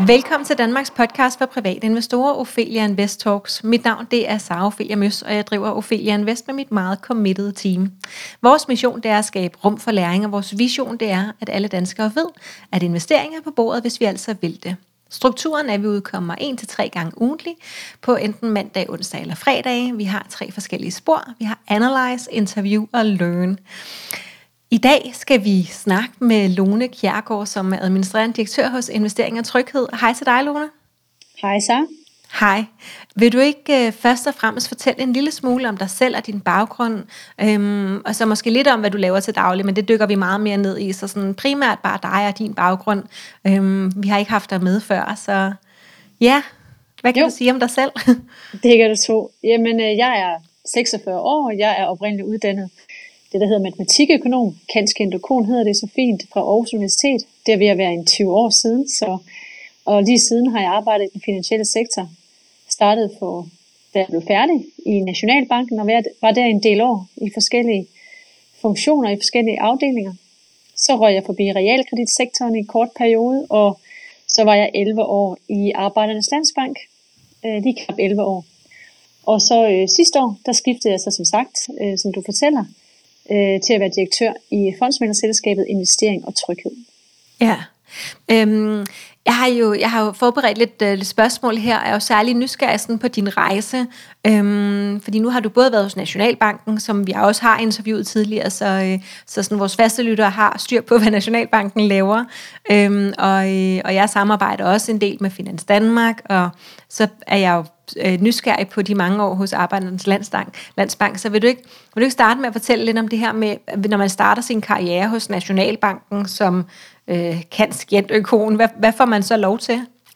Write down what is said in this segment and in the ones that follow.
Velkommen til Danmarks podcast for private investorer, Ophelia Invest Talks. Mit navn det er Sara Ophelia Møs, og jeg driver Ophelia Invest med mit meget committed team. Vores mission det er at skabe rum for læring, og vores vision det er, at alle danskere ved, at investeringer er på bordet, hvis vi altså vil det. Strukturen er, at vi udkommer 1-3 gange ugentlig på enten mandag, onsdag eller fredag. Vi har 3 forskellige spor. Vi har Analyze, Interview og Learn. I dag skal vi snakke med Lone Kjærgaard, som er administrerende direktør hos Investering og Tryghed. Hej til dig, Lone. Hej, Sara. Hej. Vil du ikke først og fremmest fortælle en lille smule om dig selv og din baggrund, og så måske lidt om, hvad du laver til daglig, men det dykker vi meget mere ned i, så sådan primært bare dig og din baggrund. Vi har ikke haft dig med før, så ja, hvad kan du sige om dig selv? Det kan du tro. Jamen, jeg er 46 år, jeg er oprindeligt uddannet det, der hedder matematikøkonom. Kansk endokon hedder det så fint, fra Aarhus Universitet. Det er ved at være en 20 år siden, og lige siden har jeg arbejdet i den finansielle sektor. Startede da jeg blev færdig i Nationalbanken, og var der en del år i forskellige funktioner, i forskellige afdelinger. Så røg jeg forbi realkreditsektoren i en kort periode, og så var jeg 11 år i Arbejdernes Landsbank, lige knap 11 år. Og så sidste år, der skiftede jeg så som sagt, som du fortæller, til at være direktør i fondsmæglerselskabet Investering og Tryghed. Ja, jeg har jo forberedt lidt spørgsmål her, og jeg er jo særlig nysgerrig sådan på din rejse, fordi nu har du både været hos Nationalbanken, som vi også har interviewet tidligere, så sådan vores faste lyttere har styr på, hvad Nationalbanken laver, og jeg samarbejder også en del med Finans Danmark, og så er jeg jo nysgerrig på de mange år hos Arbejdernes Landsbank. Så vil du ikke starte med at fortælle lidt om det her med, når man starter sin karriere hos Nationalbanken som kansk endokon, hvad får man så lov til?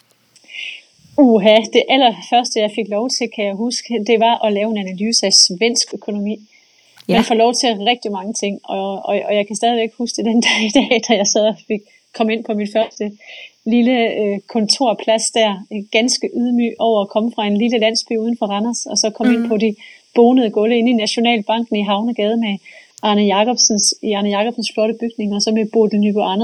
Det allerførste, jeg fik lov til, kan jeg huske, det var at lave en analyse af svensk økonomi. Ja. Man får lov til rigtig mange ting, og jeg kan stadigvæk huske det den dag i dag, da jeg sad og kom ind på mit første lille kontorplads der, ganske ydmyg over at komme fra en lille landsby uden for Randers, og så komme ind på de bonede gulve inde i Nationalbanken i Havnegade med Arne Jacobsens flotte bygning, og så med Bodil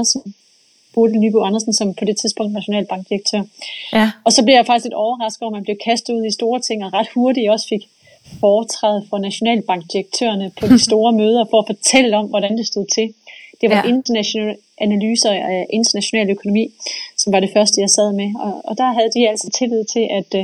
Nybo Andersen, som på det tidspunkt Nationalbankdirektør. Ja. Og så blev jeg faktisk lidt overrasket over, at man blev kastet ud i store ting, og ret hurtigt også fik foretræde for Nationalbankdirektørerne på de store møder, for at fortælle om, hvordan det stod til. Det var internationale analyser af international økonomi, som var det første, jeg sad med. Og der havde de altså tillid til,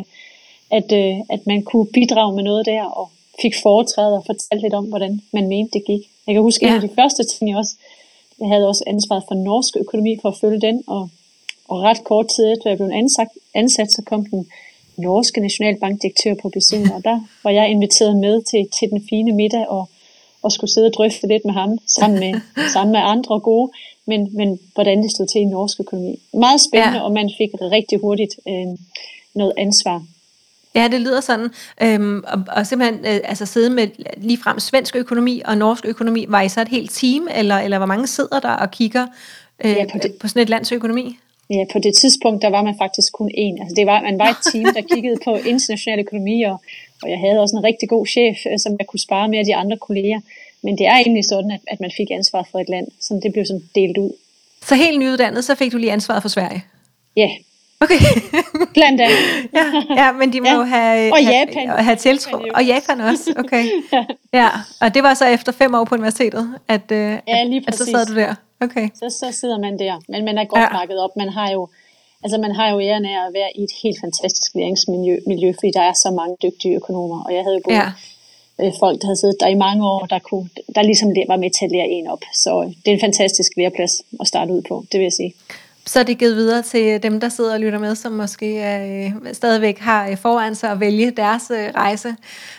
at man kunne bidrage med noget der, og fik foretræde og fortalte lidt om, hvordan man mente, det gik. Jeg kan huske en af de første ting jeg havde også ansvaret for norsk økonomi, for at følge den, og ret kort tid efter jeg blev ansat, så kom den norske Nationalbankdirektør på besøg, og der var jeg inviteret med til den fine middag, og skulle sidde og drøfte lidt med ham, sammen med andre gode, men hvordan det stod til i norsk økonomi. Meget spændende, og man fik rigtig hurtigt noget ansvar. Ja, det lyder sådan. Og simpelthen sidde med ligefrem svensk økonomi og norsk økonomi. Var I så et helt team, eller hvor mange sidder der og kigger på sådan et lands økonomi? Ja, på det tidspunkt, der var man faktisk kun én. Altså man var et team, der kiggede på international økonomi, og jeg havde også en rigtig god chef, som jeg kunne spare med af de andre kolleger. Men det er egentlig sådan, at man fik ansvar for et land, så det blev sådan delt ud. Så helt nyuddannet, så fik du lige ansvaret for Sverige? Ja. Okay. Blandt andet. Ja, men de må have tiltro. Og Japan også, okay. Ja, og det var så efter 5 år på universitetet, at så sad du der. Okay. Så sidder man der, men man er godt bakket op. Man har jo æren af at være i et helt fantastisk læringsmiljø, fordi der er så mange dygtige økonomer, og jeg havde jo både folk, der havde siddet der i mange år, der ligesom var med til at lære en op. Så det er en fantastisk læreplads at starte ud på, det vil jeg sige. Så er det givet videre til dem, der sidder og lytter med, som måske stadigvæk har foran sig at vælge deres rejse.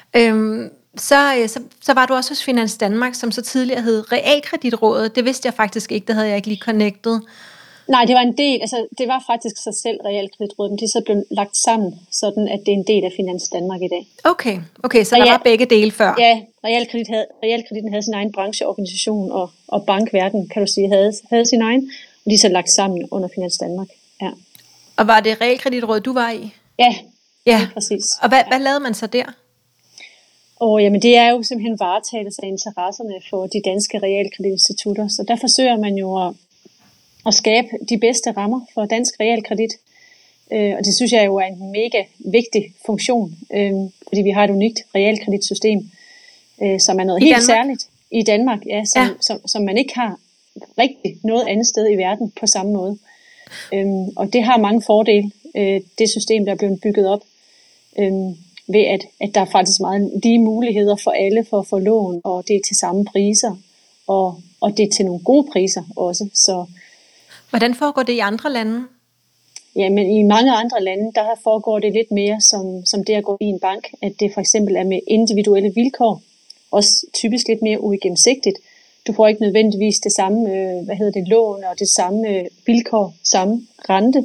Så var du også hos Finans Danmark, som så tidligere hed Realkreditrådet. Det vidste jeg faktisk ikke, det havde jeg ikke lige connected. Nej, det var en del, det var faktisk sig selv Realkreditrådet, men det er så blevet lagt sammen, sådan at det er en del af Finans Danmark i dag. Okay, så der var begge dele før? Ja, Realkreditten havde sin egen brancheorganisation, og bankverden, kan du sige, havde sin egen, og de er så lagt sammen under Finans Danmark. Ja. Og var det Realkreditrådet, du var i? Ja, præcis. Og hvad lavede man så der? Jamen det er jo simpelthen varetagelse af interesserne for de danske realkreditinstitutter, så der forsøger man jo at skabe de bedste rammer for dansk realkredit Og det synes jeg jo er en mega vigtig funktion, fordi vi har et unikt realkreditsystem, som er noget helt særligt i Danmark, ja, som man ikke har rigtig noget andet sted i verden på samme måde. Og det har mange fordele, det system, der er blevet bygget op, ved at der er faktisk meget lige muligheder for alle for at få lån, og det er til samme priser, og det er til nogle gode priser også. Så hvordan foregår det i andre lande? Ja, men i mange andre lande, der foregår det lidt mere som det at gå i en bank, at det for eksempel er med individuelle vilkår, også typisk lidt mere uigennemsigtigt. Du får ikke nødvendigvis det samme, lån og det samme vilkår, samme rente,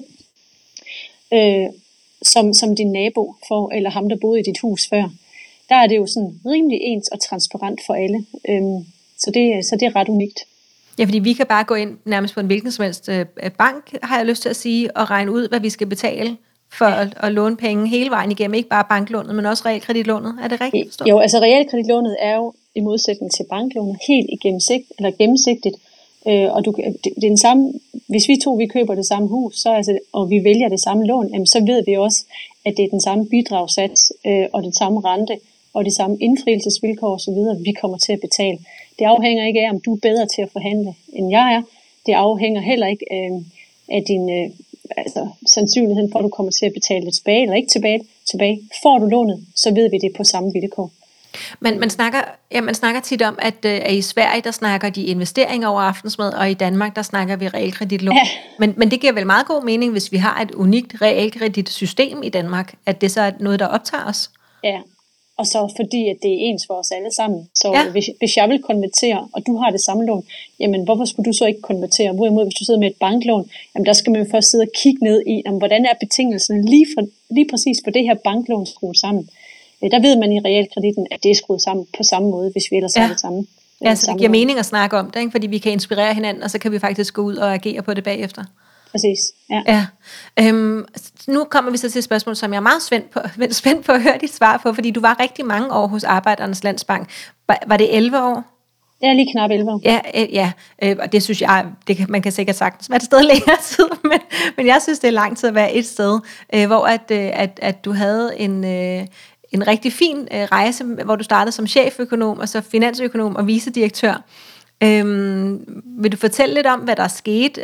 som din nabo får, eller ham, der boede i dit hus før. Der er det jo sådan rimelig ens og transparent for alle, så det er ret unikt. Ja, fordi vi kan bare gå ind nærmest på en hvilken som helst bank, har jeg lyst til at sige, og regne ud, hvad vi skal betale for at låne penge hele vejen igennem. Ikke bare banklånet, men også realkreditlånet. Er det rigtigt forstået? Jo, altså realkreditlånet er jo i modsætning til banklånet helt gennemsigtigt. Og det er den samme, hvis vi køber det samme hus, så altså, og vi vælger det samme lån, jamen, så ved vi også, at det er den samme bidragssats og den samme rente og de samme indfrielsesvilkår osv., vi kommer til at betale. Det afhænger ikke af, om du er bedre til at forhandle, end jeg er. Det afhænger heller ikke af din sandsynligheden for, at du kommer til at betale det tilbage eller ikke tilbage. Får du lånet, så ved vi det på samme vilkår. Men man snakker tit om, at i Sverige, der snakker de investeringer over aftensmad, og i Danmark, der snakker vi realkreditlån. Ja. Men det giver vel meget god mening, hvis vi har et unikt realkreditsystem i Danmark, at det så er noget, der optager os? Ja, og så fordi, at det er ens for os alle sammen. Så hvis jeg vil konvertere, og du har det samme lån, jamen hvorfor skulle du så ikke konvertere? Hvorimod, hvis du sidder med et banklån, jamen der skal man jo først sidde og kigge ned i, jamen, hvordan er betingelserne lige præcis for det her banklån skruet sammen. Der ved man i realkreditten, at det er skruet sammen på samme måde, hvis vi ellers har det samme. Ja, så det giver mening at snakke om det, ikke? Fordi vi kan inspirere hinanden, og så kan vi faktisk gå ud og agere på det bagefter. Præcis, ja. Nu kommer vi så til et spørgsmål, som jeg er meget spændt på at høre dit svar på, fordi du var rigtig mange år hos Arbejdernes Landsbank. Var det 11 år? Ja, lige knap 11 år. Ja, og det synes jeg, man kan sikkert sagtens være et sted længere tid, men jeg synes, det er lang tid at være et sted, hvor at du havde en rigtig fin rejse, hvor du startede som cheføkonom, og så finansøkonom og vicedirektør. Vil du fortælle lidt om, hvad der er sket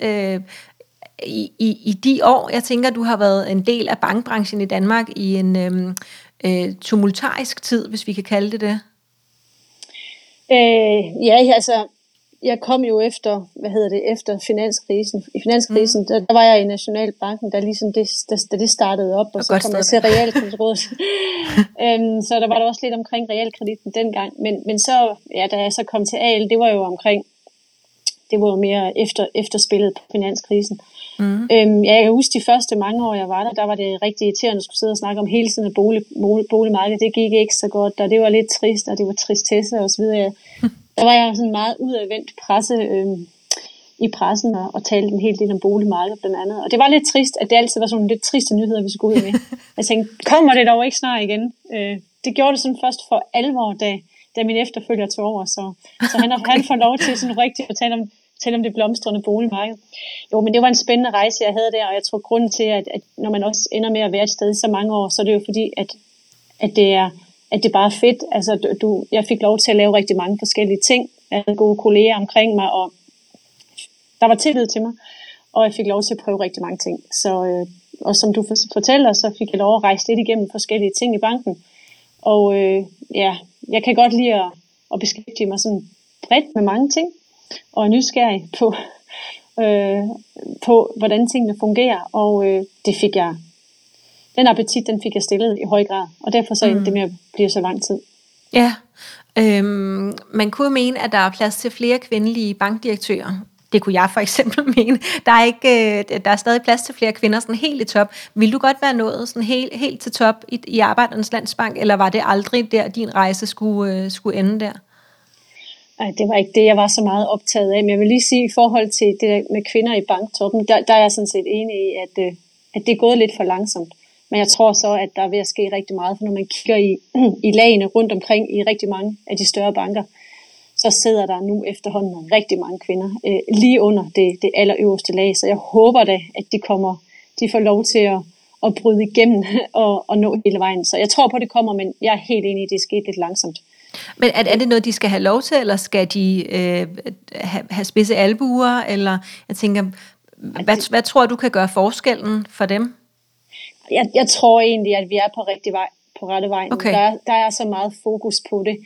i de år? Jeg tænker, du har været en del af bankbranchen i Danmark i en tumultarisk tid, hvis vi kan kalde det det. Jeg kom jo efter finanskrisen. I finanskrisen, der var jeg i Nationalbanken, da ligesom det startede op, og så kom jeg til realkreditrådet. Så der var der også lidt omkring realkreditten dengang. Men så, da jeg så kom til AL, det var jo mere efterspillet på finanskrisen. Jeg kan huske de første mange år, jeg var der var det rigtig irriterende at skulle sidde og snakke om hele tiden af boligmarkedet. Det gik ikke så godt, og det var lidt trist, og det var tristesse og så videre. Der var jeg sådan meget udadvendt presse i pressen og talte en hel del om boligmarkedet blandt andet. Og det var lidt trist, at det altid var sådan lidt triste nyheder, vi skulle ud med. Jeg tænkte, kommer det dog ikke snart igen? Det gjorde det sådan først for alvor, da min efterfølger tog over. Så han får lov til sådan rigtigt at tale om det blomstrende boligmarked. Jo, men det var en spændende rejse, jeg havde der, og jeg tror grunden til, at når man også ender med at være et sted i så mange år, så er det jo fordi, at det bare er fedt. Altså, jeg fik lov til at lave rigtig mange forskellige ting. Jeg havde gode kolleger omkring mig, og der var tillid til mig, og jeg fik lov til at prøve rigtig mange ting. Så, og som du fortæller, så fik jeg lov at rejse lidt igennem forskellige ting i banken. Og jeg kan godt lide at beskæftige mig sådan bredt med mange ting, og er nysgerrig på hvordan tingene fungerer, og den appetit, den fik jeg stillet i høj grad, og derfor så endte det med at blive så lang tid. Ja, man kunne mene, at der er plads til flere kvindelige bankdirektører. Det kunne jeg for eksempel mene. Der er stadig plads til flere kvinder sådan helt i top. Vil du godt være nået sådan helt til top i Arbejdernes Landsbank, eller var det aldrig der, din rejse skulle ende der? Nej, det var ikke det, jeg var så meget optaget af. Men jeg vil lige sige, i forhold til det der med kvinder i banktoppen, der er jeg sådan set enig i, at det er gået lidt for langsomt. Men jeg tror så, at der er ved at ske rigtig meget, for når man kigger i lagene rundt omkring i rigtig mange af de større banker, så sidder der nu efterhånden rigtig mange kvinder lige under det allerøverste lag. Så jeg håber da, at de får lov til at bryde igennem og nå hele vejen. Så jeg tror på, det kommer, men jeg er helt enig i, at det er sket lidt langsomt. Men er det noget, de skal have lov til, eller skal de have spidse albuer? Eller jeg tænker, hvad tror du kan gøre forskellen for dem? Jeg tror egentlig, at vi er på rigtig vej, på rette vej. Okay. Der er så meget fokus på det,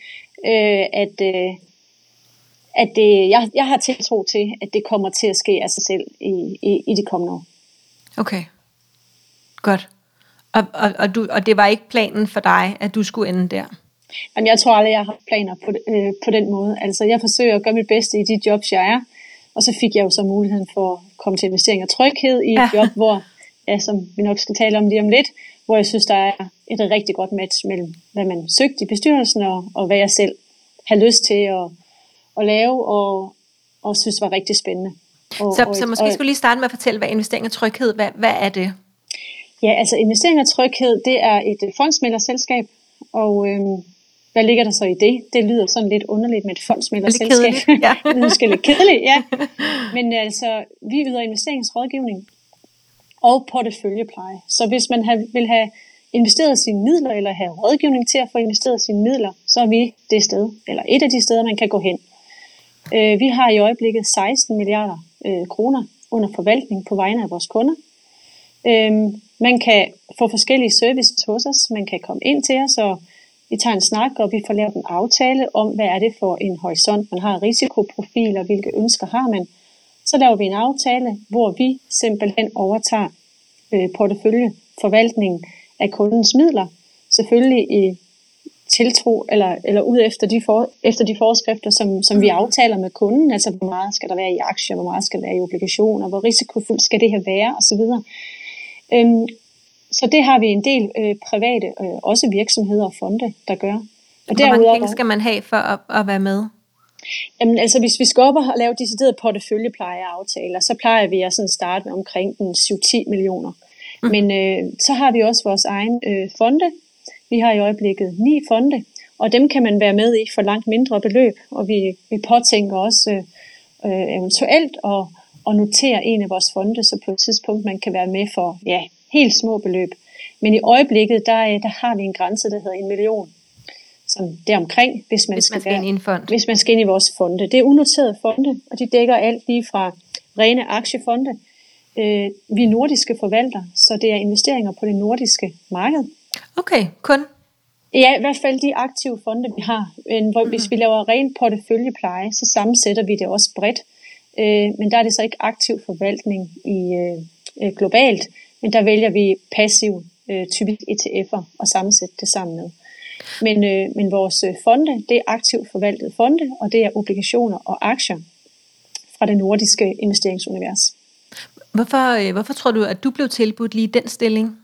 jeg har tiltro til, at det kommer til at ske af sig selv i de kommende år. Okay, godt. Og det var ikke planen for dig, at du skulle ende der? Jamen, jeg tror aldrig, jeg har planer på den måde. Altså, jeg forsøger at gøre mit bedste i de jobs, jeg er. Og så fik jeg jo så muligheden for at komme til investering og tryghed i et job, hvor, som vi nok skal tale om lige om lidt, hvor jeg synes, der er et rigtig godt match mellem, hvad man søgte i bestyrelsen, og hvad jeg selv har lyst til at lave, og synes var rigtig spændende. Så måske skulle lige starte med at fortælle, hvad investering og tryghed, hvad er det? Ja, altså investering og tryghed, det er et fondsmæglerselskab, og hvad ligger der så i det? Det lyder sådan lidt underligt med et fondsmæglerselskab. Ja. Det er måske lidt kedeligt, ja. Men altså, vi yder investeringsrådgivning og porteføljepleje. Så hvis man vil have investeret sine midler, eller have rådgivning til at få investeret sine midler, så er vi det sted, eller et af de steder, man kan gå hen. Vi har i øjeblikket 16 milliarder kroner under forvaltning på vegne af vores kunder. Man kan få forskellige services hos os. Man kan komme ind til os, og vi tager en snak, og vi får lavet en aftale om, hvad er det for en horisont, man har, risikoprofiler, hvilke ønsker har man. Så laver vi en aftale, hvor vi simpelthen overtager porteføljeforvaltningen af kundens midler. Selvfølgelig i tiltro eller ud efter de forskrifter, som vi aftaler med kunden. Altså, hvor meget skal der være i aktier, hvor meget skal der være i obligationer, hvor risikofuldt skal det her være, osv. Så det har vi en del private, også virksomheder og fonde, der gør. Og hvor mange penge skal man have for at være med? Jamen, altså hvis vi skal op og lave deciderede porteføljeplejeaftaler, så plejer vi at sådan starte med omkring 7-10 millioner. Men så har vi også vores egen fonde. Vi har i øjeblikket 9 fonde, og dem kan man være med i for langt mindre beløb. Og vi påtænker også eventuelt at notere en af vores fonde, så på et tidspunkt man kan være med for helt små beløb. Men i øjeblikket, der har vi en grænse, der hedder 1 million. Som deromkring, hvis man skal ind i en fond. Hvis man skal ind i vores fonde. Det er unoterede fonde, og de dækker alt lige fra rene aktiefonde. Vi er nordiske forvalter, så det er investeringer på det nordiske marked. Okay, kun? Ja, i hvert fald de aktive fonde, vi har. Hvis vi laver ren porteføljepleje, så sammensætter vi det også bredt. Men der er det så ikke aktiv forvaltning globalt, men der vælger vi passiv, typisk ETF'er, og sammensætte det sammen med. Men vores fonde, det er aktivt forvaltede fonde, og det er obligationer og aktier fra det nordiske investeringsunivers. Hvorfor tror du, at du blev tilbudt lige den stilling?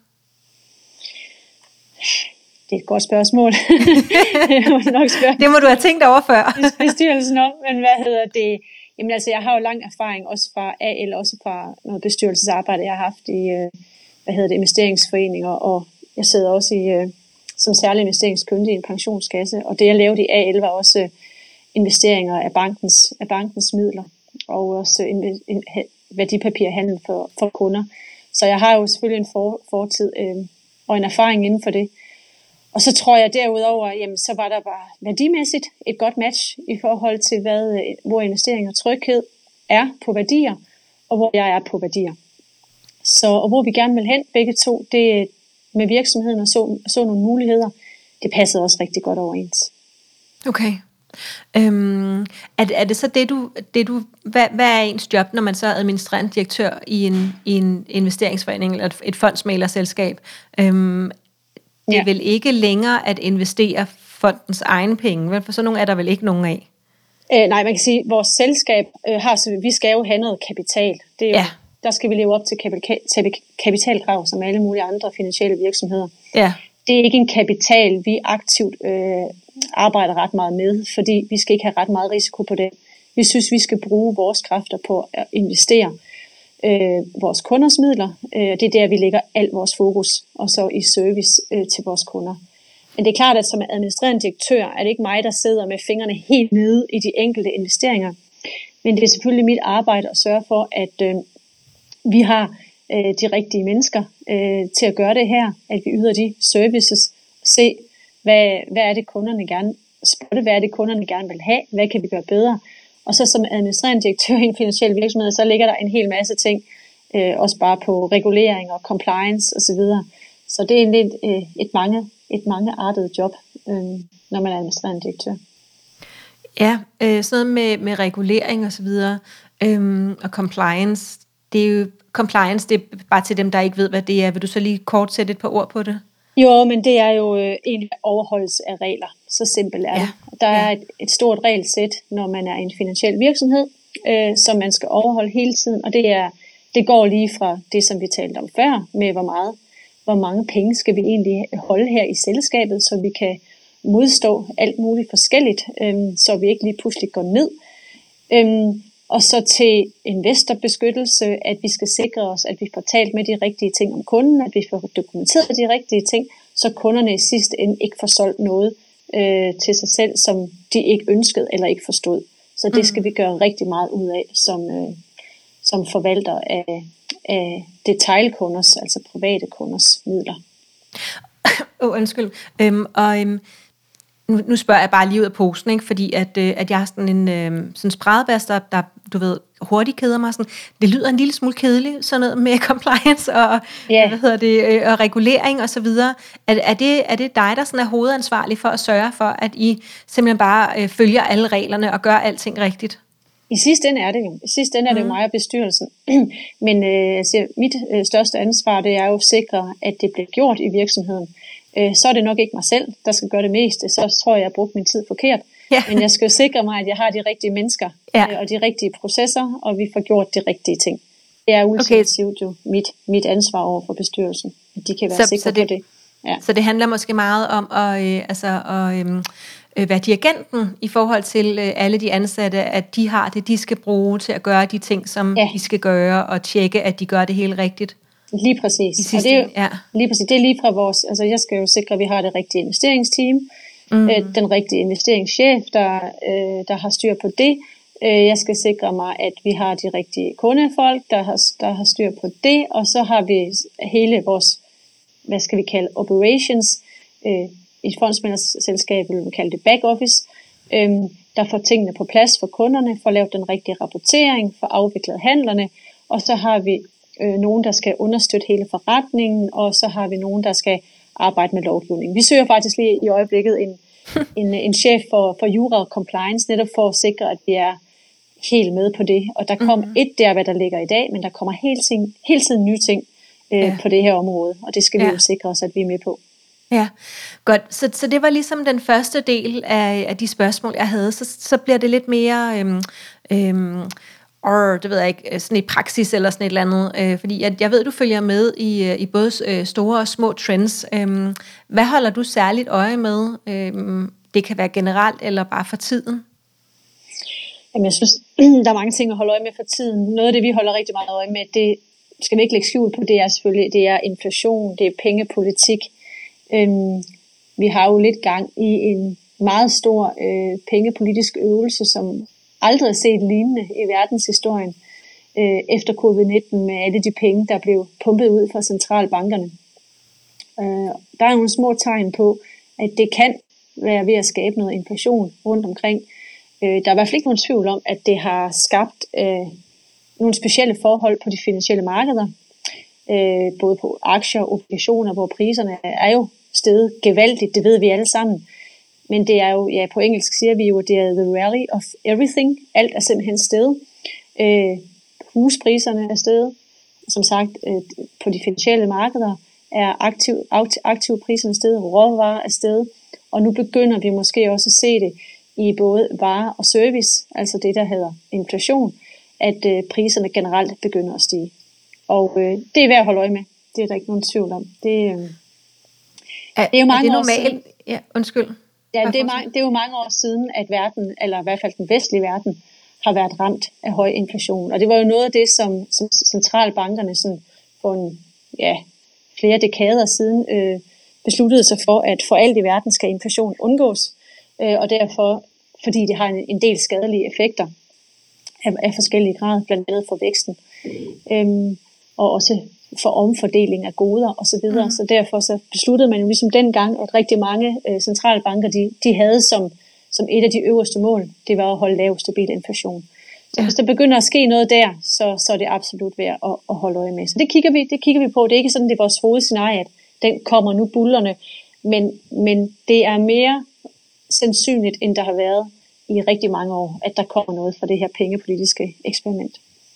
Det er et godt spørgsmål. Det må du have tænkt over før. Bestyrelsen om, men hvad hedder det? Jamen altså, jeg har jo lang erfaring også fra AL, også fra noget bestyrelsesarbejde, jeg har haft i investeringsforeninger, og jeg sidder også som særlig investeringskyndig i en pensionskasse, og det jeg lavede i AL var også investeringer af bankens midler, og også værdipapirhandel for kunder. Så jeg har jo selvfølgelig en fortid og en erfaring inden for det. Og så tror jeg derudover, jamen, så var der bare værdimæssigt et godt match i forhold til, hvor investering og tryghed er på værdier, og hvor jeg er på værdier. Og hvor vi gerne vil hen, begge to, det med virksomheden og så nogle muligheder, det passede også rigtig godt overens. Okay. Er det så hvad er ens job, når man så er administrerende direktør i en investeringsforening eller et fondsmæglerselskab? Det er vel ikke længere at investere fondens egen penge, vel? For sådan nogle er der vel ikke nogen af? Nej, man kan sige, at vores selskab vi skal jo have noget kapital. Det er jo, der skal vi leve op til kapitalkrav, som alle mulige andre finansielle virksomheder. Ja. Det er ikke en kapital, vi aktivt arbejder ret meget med, fordi vi skal ikke have ret meget risiko på det. Vi synes, vi skal bruge vores kræfter på at investere vores kunders midler. Det er der, vi lægger al vores fokus, og så i service til vores kunder. Men det er klart, at som administrerende direktør, er det ikke mig, der sidder med fingrene helt nede i de enkelte investeringer. Men det er selvfølgelig mit arbejde at sørge for, at vi har de rigtige mennesker til at gøre det her, at vi yder de services, se hvad er det kunderne gerne spotte, hvad er det kunderne gerne vil have, hvad kan vi gøre bedre, og så som administrerende direktør i en finansiel virksomhed, så ligger der en hel masse ting, også bare på regulering og compliance osv. Så det er egentlig et mangeartet job, når man er administrerende direktør. Ja, sådan noget med regulering og så videre, og compliance, det er jo compliance, det er bare til dem, der ikke ved, hvad det er. Vil du så lige kort sætte et par ord på det? Jo, men det er jo en overholdelse af regler. Så simpelt er det. Der er et stort regelsæt, når man er en finansiel virksomhed, som man skal overholde hele tiden. Og det går lige fra det, som vi talte om før, med hvor mange penge skal vi egentlig holde her i selskabet, så vi kan modstå alt muligt forskelligt, så vi ikke lige pludselig går ned. Og så til investorbeskyttelse, at vi skal sikre os, at vi får talt med de rigtige ting om kunden, at vi får dokumenteret de rigtige ting, så kunderne i sidste ende ikke får solgt noget til sig selv, som de ikke ønskede eller ikke forstod. Så det skal vi gøre rigtig meget ud af som forvalter af detailkunders, altså private kunders midler. Undskyld. Nu spørger jeg bare lige ud af posen, ikke? Fordi at jeg har sådan en spredebærs, der du ved, hurtigt keder mig. Sådan. Det lyder en lille smule kedeligt, sådan noget med compliance og, og regulering og så videre. Er det dig, der sådan er hovedansvarlig for at sørge for, at I simpelthen bare følger alle reglerne og gør alting rigtigt? I sidste ende er det jo. I sidste ende er det jo mig og bestyrelsen. Men mit største ansvar, det er jo at sikre, at det bliver gjort i virksomheden. Så er det nok ikke mig selv, der skal gøre det meste. Så tror jeg har brugt min tid forkert. Ja. Men jeg skal jo sikre mig, at jeg har de rigtige mennesker og de rigtige processer, og vi får gjort de rigtige ting. Det er ultimativt jo mit ansvar over for bestyrelsen, at de kan være sikre på det. Ja. Så det handler måske meget om at være dirigenten i forhold til alle de ansatte, at de har det, de skal bruge til at gøre de ting, som de skal gøre, og tjekke, at de gør det helt rigtigt. Lige præcis. Og det er lige præcis. Det er lige fra vores, altså jeg skal jo sikre, at vi har det rigtige investeringsteam, den rigtige investeringschef, der har styr på det. Jeg skal sikre mig, at vi har de rigtige kundefolk, der har styr på det, og så har vi hele vores, hvad skal vi kalde, operations, i fondsmæglerselskabet vil vi kalde det back office, der får tingene på plads for kunderne, for at lave den rigtige rapportering, for afviklet handlerne, og så har vi nogen, der skal understøtte hele forretningen, og så har vi nogen, der skal arbejde med lovgivning. Vi søger faktisk lige i øjeblikket en chef for jura og compliance, netop for at sikre, at vi er helt med på det. Og der kommer hvad der ligger i dag, men der kommer hele tiden nye ting på det her område, og det skal vi jo sikre os, at vi er med på. Ja, godt. Så det var ligesom den første del af de spørgsmål, jeg havde. Så bliver det lidt mere... det ved jeg ikke, sådan i praksis eller sådan et eller andet, fordi jeg ved, du følger med i både store og små trends. Hvad holder du særligt øje med? Det kan være generelt eller bare for tiden? Jamen, jeg synes, der er mange ting at holde øje med for tiden. Noget af det, vi holder rigtig meget øje med, det skal vi ikke lægge skjul på, det er selvfølgelig, det er inflation, det er pengepolitik. Vi har jo lidt gang i en meget stor pengepolitisk øvelse, som aldrig set lignende i verdenshistorien efter covid-19 med alle de penge, der blev pumpet ud fra centralbankerne. Der er nogle små tegn på, at det kan være ved at skabe noget inflation rundt omkring. Der er i hvert fald ikke nogen tvivl om, at det har skabt nogle specielle forhold på de finansielle markeder, både på aktier og obligationer, hvor priserne er jo steget gevaldigt, det ved vi alle sammen. Men det er jo, på engelsk siger vi jo, det er the rally of everything. Alt er simpelthen steget. Huspriserne er steget. Som sagt, på de finansielle markeder er aktivpriserne steget, råvarer er steget. Og nu begynder vi måske også at se det i både varer og service, altså det, der hedder inflation, at priserne generelt begynder at stige. Og det er værd at holde øje med. Det er der ikke nogen tvivl om. Det er jo mange år siden. Ja, undskyld. Ja, det er jo mange år siden, at verden, eller i hvert fald den vestlige verden, har været ramt af høj inflation. Og det var jo noget af det, som centralbankerne sådan for flere dekader siden besluttede sig for, at for alt i verden skal inflation undgås. Og derfor, fordi det har en del skadelige effekter af forskellige grader, blandt andet for væksten. Og også for omfordeling af goder osv. Så derfor så besluttede man jo ligesom dengang, at rigtig mange centralbanker, de havde som et af de øverste mål, det var at holde lav stabil inflation. Så hvis der begynder at ske noget der, så er det absolut værd at holde øje med. Så det kigger vi på. Det er ikke sådan, det er vores hovedscenarie, at den kommer nu bullerne, men det er mere sandsynligt, end der har været i rigtig mange år, at der kommer noget fra det her pengepolitiske eksperiment.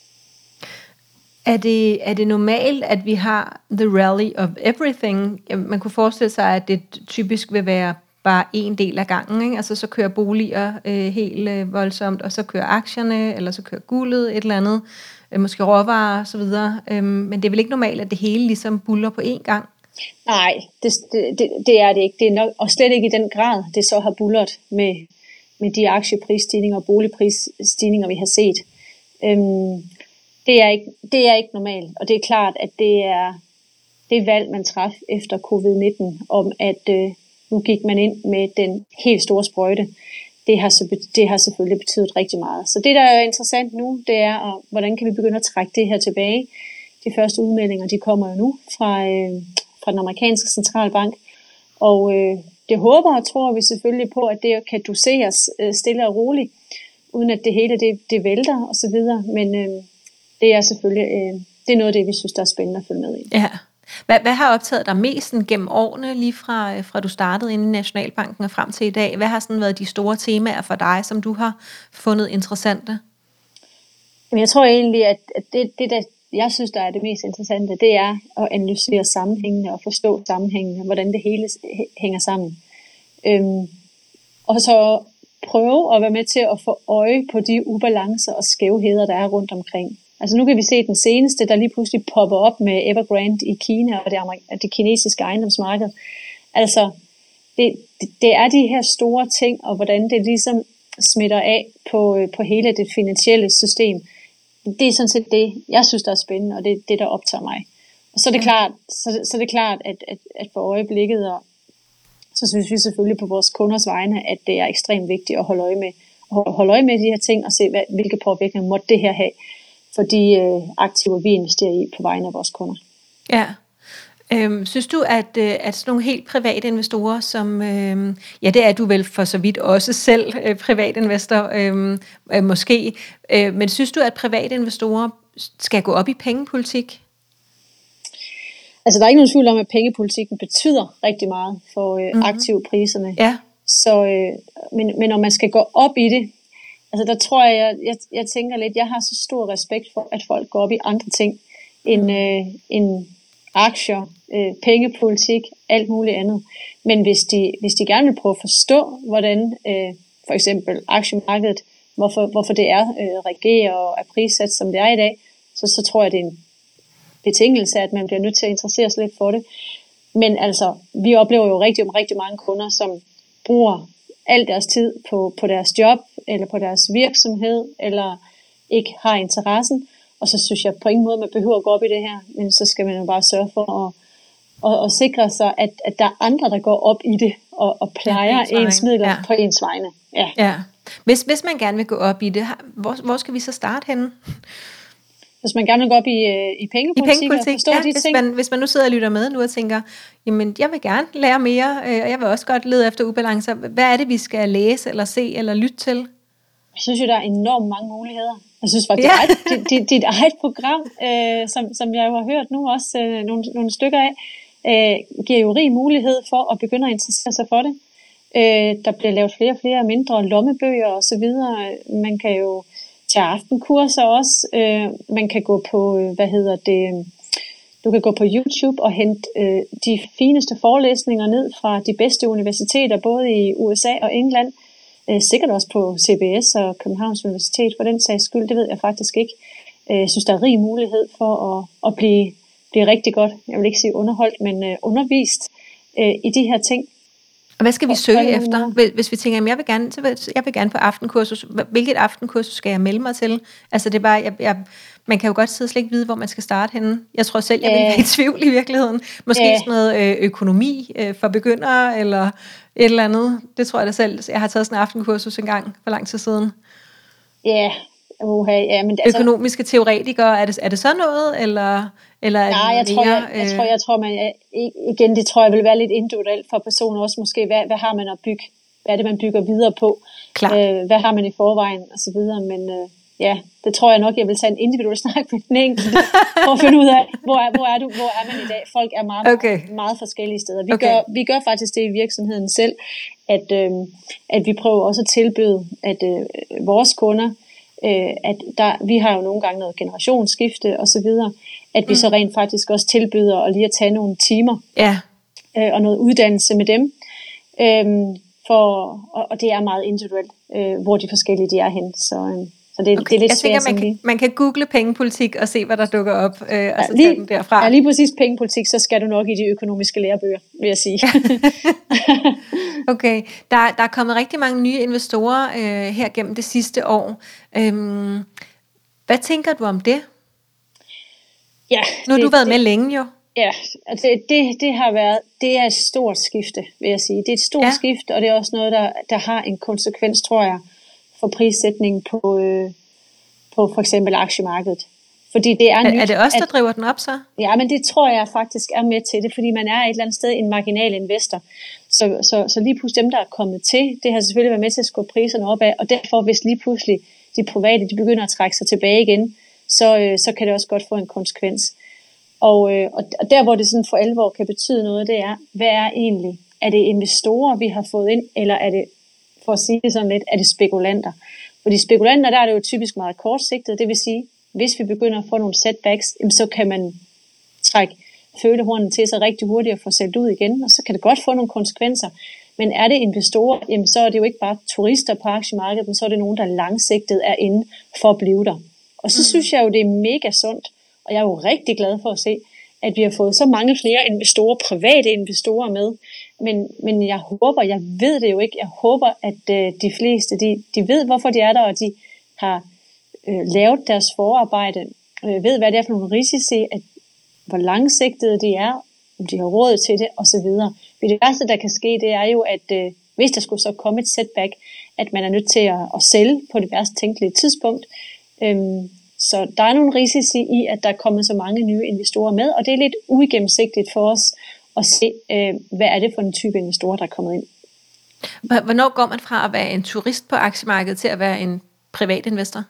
Er det normalt, at vi har the rally of everything? Man kunne forestille sig, at det typisk vil være bare en del af gangen, ikke? Altså så kører boliger helt voldsomt, og så kører aktierne, eller så kører guldet, et eller andet, måske råvarer og så videre. Men det er vel ikke normalt, at det hele ligesom buller på én gang? Nej, det er det ikke. Det er nok, og slet ikke i den grad, det så har bulleret med de aktieprisstigninger og boligprisstigninger, vi har set. Det er ikke normalt, og det er klart, at det valg, man traf efter covid-19, om at nu gik man ind med den helt store sprøjte, det har selvfølgelig betydet rigtig meget. Så det, der er interessant nu, det er, hvordan kan vi begynde at trække det her tilbage. De første udmeldinger, de kommer jo nu fra den amerikanske centralbank, og det håber og tror vi selvfølgelig på, at det kan doseres stille og roligt, uden at det hele det vælter og så videre, men det er selvfølgelig det er noget af det, vi synes, der er spændende at følge med i. Ja. Hvad har optaget dig mest gennem årene, lige fra du startede inde i Nationalbanken og frem til i dag? Hvad har sådan været de store temaer for dig, som du har fundet interessante? Jamen, jeg tror egentlig, at det der jeg synes, der er det mest interessante, det er at analysere sammenhængene og forstå sammenhængene, hvordan det hele hænger sammen. Og så prøve at være med til at få øje på de ubalancer og skævheder, der er rundt omkring. Altså nu kan vi se den seneste, der lige pludselig popper op med Evergrande i Kina og det kinesiske ejendomsmarked. Altså det er de her store ting, og hvordan det ligesom smitter af på hele det finansielle system. Det er sådan set det, jeg synes, der er spændende, og det er det, der optager mig. Og så er det klart, så er det klart at for øjeblikket, og så synes vi selvfølgelig på vores kunders vegne, at det er ekstremt vigtigt at holde øje med de her ting, og se, hvilke påvirkninger måtte det her have for de aktiver, vi investerer i på vegne af vores kunder. Ja. Synes du, at sådan nogle helt private investorer, som, ja, det er du vel for så vidt også selv privatinvestor, måske, men synes du, at private investorer skal gå op i pengepolitik? Altså, der er ikke nogen tvivl om, at pengepolitikken betyder rigtig meget for aktivpriserne. Ja. Så, men når man skal gå op i det, altså der tror jeg tænker lidt, jeg har så stor respekt for, at folk går op i andre ting end aktier, pengepolitik, alt muligt andet. Men hvis de gerne vil prøve at forstå, hvordan for eksempel aktiemarkedet, hvorfor det er regerer og er prissat, som det er i dag, så tror jeg, det er en betingelse, at man bliver nødt til at interessere sig lidt for det. Men altså, vi oplever jo rigtig mange kunder, som bruger al deres tid på deres job, eller på deres virksomhed, eller ikke har interessen. Og så synes jeg på ingen måde, man behøver at gå op i det her, men så skal man jo bare sørge for at sikre sig, at der er andre, der går op i det, og plejer ens midler på ens vegne. Ja. Hvis man gerne vil gå op i det, hvor skal vi så starte henne? Hvis man gerne vil gå op i pengepolitik og forstå de ting. Hvis man nu sidder og lytter med nu og tænker, jamen jeg vil gerne lære mere, og jeg vil også godt lede efter ubalancer. Hvad er det, vi skal læse, eller se, eller lytte til? Jeg synes jo, der er enormt mange muligheder. Jeg synes faktisk, dit eget program, som jeg jo har hørt nu også nogle stykker af, giver jo rig mulighed for at begynde at interessere sig for det. Der bliver lavet flere og flere mindre lommebøger og så videre. Man kan jo tage aftenkurser også. Man kan gå på, du kan gå på YouTube og hente de fineste forelæsninger ned fra de bedste universiteter, både i USA og England. Sikkert også på CBS og Københavns Universitet, for den sags skyld, det ved jeg faktisk ikke. Jeg synes, der er rig mulighed for at blive rigtig godt, jeg vil ikke sige underholdt, men undervist i de her ting. Og hvad skal vi søge efter? Hvis vi tænker, at jeg vil gerne på aftenkursus, hvilket aftenkursus skal jeg melde mig til? Altså det er bare, man kan jo godt sidde og slet ikke vide, hvor man skal starte henne. Jeg tror selv, jeg vil være i tvivl i virkeligheden. Måske sådan noget økonomi for begyndere, eller et eller andet. Det tror jeg da selv. Jeg har taget sådan en aftenkursus en gang for lang tid siden. Ja, Ja, men økonomiske teoretikere, er det sådan noget, eller er nej, det mere... jeg tror, man igen, det tror jeg vil være lidt individuelt for personer også måske, hvad har man at bygge, hvad er det, man bygger videre på, hvad har man i forvejen, og så videre, men ja, det tror jeg nok, jeg vil tage en individuel snak med den enkelte, for at finde ud af, hvor er man i dag. Folk er meget forskellige steder. Vi gør faktisk det i virksomheden selv, at vi prøver også at tilbyde, at vores kunder, vi har jo nogle gange noget generationsskifte og så videre, at vi så rent faktisk også tilbyder at lige at tage nogle timer og noget uddannelse med dem, og det er meget individuelt, hvor de forskellige de er hen, så det er lidt svært. Jeg tænker, man kan google pengepolitik og se, hvad der dukker op, og så tage den derfra. Ja, lige præcis pengepolitik, så skal du nok i de økonomiske lærebøger, vil jeg sige. Okay, der er kommet rigtig mange nye investorer her gennem det sidste år. Hvad tænker du om det? Ja, nu har du været med længe jo. Ja, altså det er et stort skifte, vil jeg sige. Det er et stort skifte, og det er også noget, der har en konsekvens, tror jeg, for prissætningen på for eksempel aktiemarkedet. Fordi det er nyt. Er det os, der driver den op så? Ja, men det tror jeg faktisk er med til det, fordi man er et eller andet sted en marginal investor. Så lige pludselig dem, der er kommet til, det har selvfølgelig været med til at skubbe priserne opad, og derfor hvis lige pludselig de private de begynder at trække sig tilbage igen, så kan det også godt få en konsekvens. Og der, hvor det sådan for alvor kan betyde noget, det er, hvad er egentlig? Er det investorer, vi har fået ind, eller er det, for at sige det sådan lidt, er det spekulanter? Fordi spekulanter, der er det jo typisk meget kortsigtet, det vil sige, hvis vi begynder at få nogle setbacks, så kan man trække følehornen til sig rigtig hurtigt og få sælgt ud igen, og så kan det godt få nogle konsekvenser. Men er det investorer, jamen så er det jo ikke bare turister på aktiemarkedet, men så er det nogen, der langsigtet er inde for at blive der. Og så synes jeg jo, det er mega sundt, og jeg er jo rigtig glad for at se, at vi har fået så mange flere investorer, private investorer med. Men jeg ved det jo ikke, jeg håber, at de fleste, de ved, hvorfor de er der, og de har lavet deres forarbejde, ved, hvad det er for nogle risici, hvor langsigtede de er, om de har råd til det, osv. Det værste, der kan ske, det er jo, at hvis der skulle så komme et setback, at man er nødt til at sælge på det værste tænkelige tidspunkt. Så der er nogle risici i, at der er kommet så mange nye investorer med, og det er lidt uigennemsigtigt for os at se, hvad er det for en type investorer, der er kommet ind. Hvornår går man fra at være en turist på aktiemarkedet til at være en privat investor?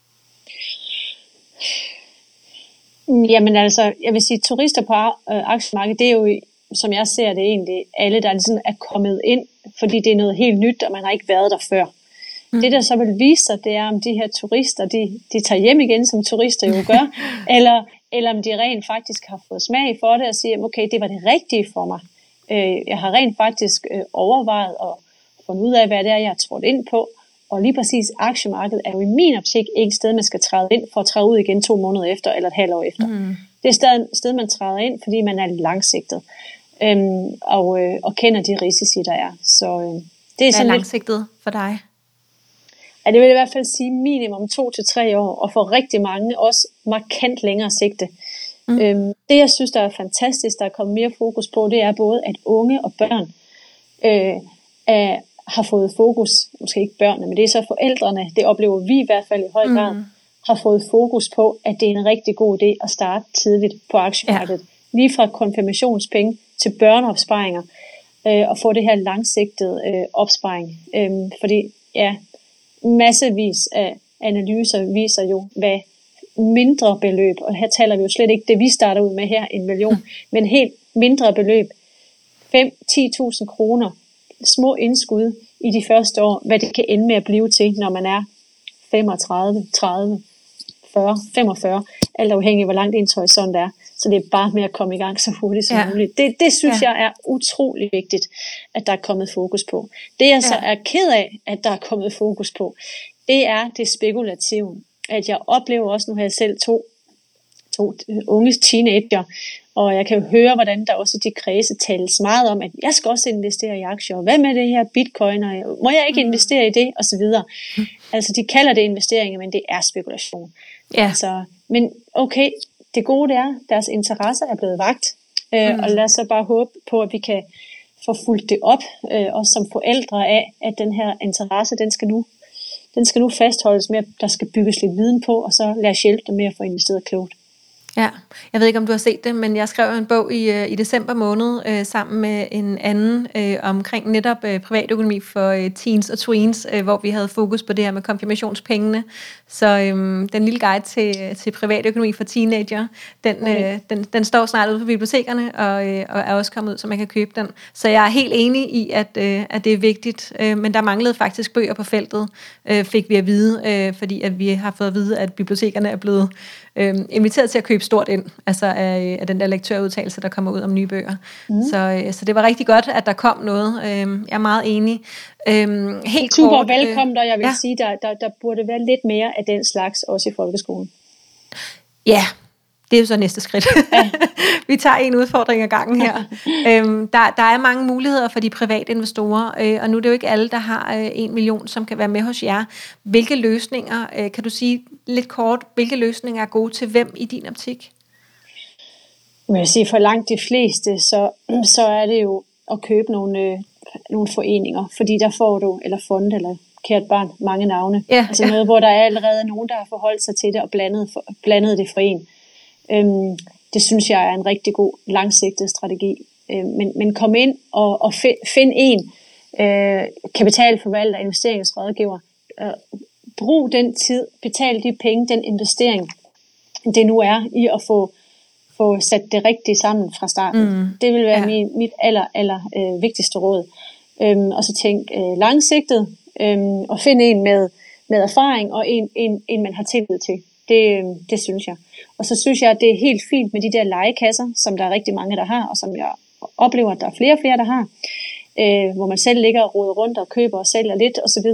Jamen altså, jeg vil sige, turister på aktiemarkedet, det er jo, som jeg ser det egentlig, alle, der ligesom er kommet ind, fordi det er noget helt nyt, og man har ikke været der før. Det, der så vil vise sig, det er, om de her turister, de tager hjem igen, som turister jo gør, eller om de rent faktisk har fået smag for det, og siger, okay, det var det rigtige for mig. Jeg har rent faktisk overvejet og fundet ud af, hvad det er, jeg har trådt ind på, og lige præcis aktiemarkedet er jo i min optik ikke et sted, man skal træde ind for at træde ud igen 2 måneder efter, eller et halvt år efter. Det er et sted, man træder ind, fordi man er langsigtet, og kender de risici, der er. Så det er sådan langsigtet for dig? Ja, det vil i hvert fald sige minimum 2 til 3 år, og for rigtig mange også markant længere sigte. Det, jeg synes, der er fantastisk, der er kommet mere fokus på, det er både, at unge og børn har fået fokus, måske ikke børnene, men det er så forældrene, det oplever vi i hvert fald i høj grad, har fået fokus på, at det er en rigtig god idé at starte tidligt på aktiemarkedet. Ja. Lige fra konfirmationspenge til børneopsparinger, og få det her langsigtede opsparing. Fordi massevis af analyser viser jo, hvad mindre beløb, og her taler vi jo slet ikke det, vi starter ud med her, 1 million, men helt mindre beløb, 5-10.000 kroner, små indskud i de første år, hvad det kan ende med at blive til, når man er 35, 30, 40, 45, alt afhængig af, hvor langt ens horisont er. Så det er bare med at komme i gang så hurtigt som muligt. Det synes jeg er utrolig vigtigt, at der er kommet fokus på. Det jeg så er ked af, at der er kommet fokus på, det er det spekulative. At jeg oplever også, nu har jeg selv to unge teenager, og jeg kan jo høre, hvordan der også i de kredse tales meget om, at jeg skal også investere i aktier, og hvad med det her bitcoin, og må jeg ikke investere i det, og så videre. Altså, de kalder det investeringer, men det er spekulation. Ja. Altså, men okay, det gode det er, deres interesser er blevet vakt, og lad os så bare håbe på, at vi kan få fulgt det op, også som forældre af, at den her interesse, den skal nu den skal nu fastholdes med, at der skal bygges lidt viden på, og så lad os hjælpe dem med at få investeret klogt. Ja, jeg ved ikke, om du har set det, men jeg skrev en bog i december måned sammen med en anden omkring netop privatøkonomi for teens og tweens, hvor vi havde fokus på det her med konfirmationspengene. Så den lille guide til privatøkonomi for teenager, den står snart ude på bibliotekerne og er også kommet ud, så man kan købe den. Så jeg er helt enig i, at det er vigtigt, men der manglede faktisk bøger på feltet, fik vi at vide, fordi at vi har fået at vide, at bibliotekerne er blevet inviteret til at købe stort ind, altså af den der lektørudtalelse, der kommer ud om nye bøger. Så det var rigtig godt, at der kom noget. Jeg er meget enig. Helt super kort, velkommen, og jeg vil sige, der burde være lidt mere af den slags også i folkeskolen. Ja, det er jo så næste skridt. Ja. Vi tager en udfordring ad gangen her. Der er mange muligheder for de private investorer, og nu er det jo ikke alle, der har 1 million, som kan være med hos jer. Hvilke løsninger, kan du sige lidt kort, hvilke løsninger er gode til hvem i din optik? Jeg vil sige, for langt de fleste, så er det jo at købe nogle foreninger, fordi der får du, eller fonde, eller kært barn, mange navne. Ja, altså noget, hvor der er allerede nogen, der har forholdt sig til det og blandet det for en. Det synes jeg er en rigtig god langsigtet strategi. Men kom ind og find en kapitalforvalter, investeringsrådgiver. Brug den tid, betal de penge, den investering, det nu er i at få sat det rigtigt sammen fra starten. Det vil være mit aller vigtigste råd. Og så tænk langsigtet, og find en med erfaring, og en man har tillid til. Det synes jeg. Og så synes jeg, at det er helt fint med de der legekasser, som der er rigtig mange, der har, og som jeg oplever, at der er flere og flere, der har, hvor man selv ligger og roder rundt og køber og sælger lidt osv.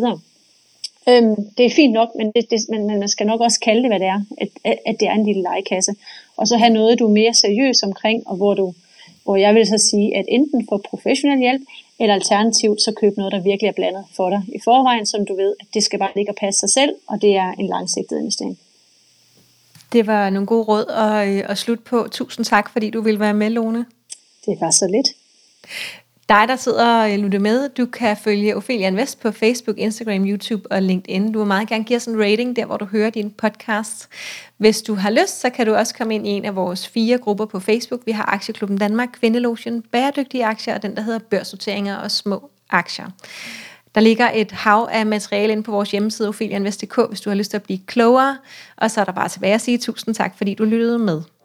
Det er fint nok, men man skal nok også kalde det, hvad det er, at det er en lille legekasse. Og så have noget, du er mere seriøs omkring, og hvor jeg vil så sige, at enten få professionel hjælp, eller alternativt så køb noget, der virkelig er blandet for dig i forvejen, som du ved, at det skal bare ligge og passe sig selv, og det er en langsigtet investering. Det var nogle gode råd at slutte på. Tusind tak, fordi du ville være med, Lone. Det var så lidt. Dig, der sidder og lytter med, du kan følge Ophelia Invest på Facebook, Instagram, YouTube og LinkedIn. Du vil meget gerne give os en rating, der hvor du hører din podcast. Hvis du har lyst, så kan du også komme ind i en af vores 4 grupper på Facebook. Vi har Aktieklubben Danmark, Kvindelotion, Bæredygtige Aktier og den, der hedder Børsnoteringer og Små Aktier. Der ligger et hav af materiale inde på vores hjemmeside, opheliainvest.dk, hvis du har lyst til at blive klogere. Og så er der bare tilbage at sige tusind tak, fordi du lyttede med.